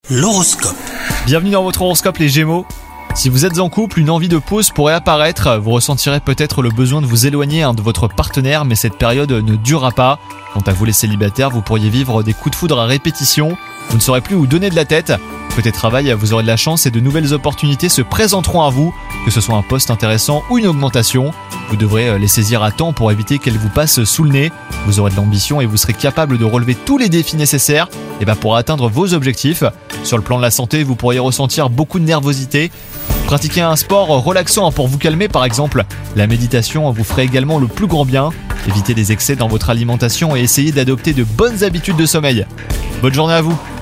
L'horoscope. Bienvenue dans votre horoscope les Gémeaux. Si vous êtes en couple, une envie de pause pourrait apparaître. Vous ressentirez peut-être le besoin de vous éloigner de votre partenaire, mais cette période ne durera pas. Quant à vous les célibataires, vous pourriez vivre des coups de foudre à répétition. Vous ne saurez plus où donner de la tête. Côté travail, vous aurez de la chance et de nouvelles opportunités se présenteront à vous, que ce soit un poste intéressant ou une augmentation. Vous devrez les saisir à temps pour éviter qu'elles vous passent sous le nez. Vous aurez de l'ambition et vous serez capable de relever tous les défis nécessaires pour atteindre vos objectifs. Sur le plan de la santé, vous pourriez ressentir beaucoup de nervosité. Pratiquez un sport relaxant pour vous calmer, par exemple. La méditation vous ferait également le plus grand bien. Évitez les excès dans votre alimentation et essayez d'adopter de bonnes habitudes de sommeil. Bonne journée à vous!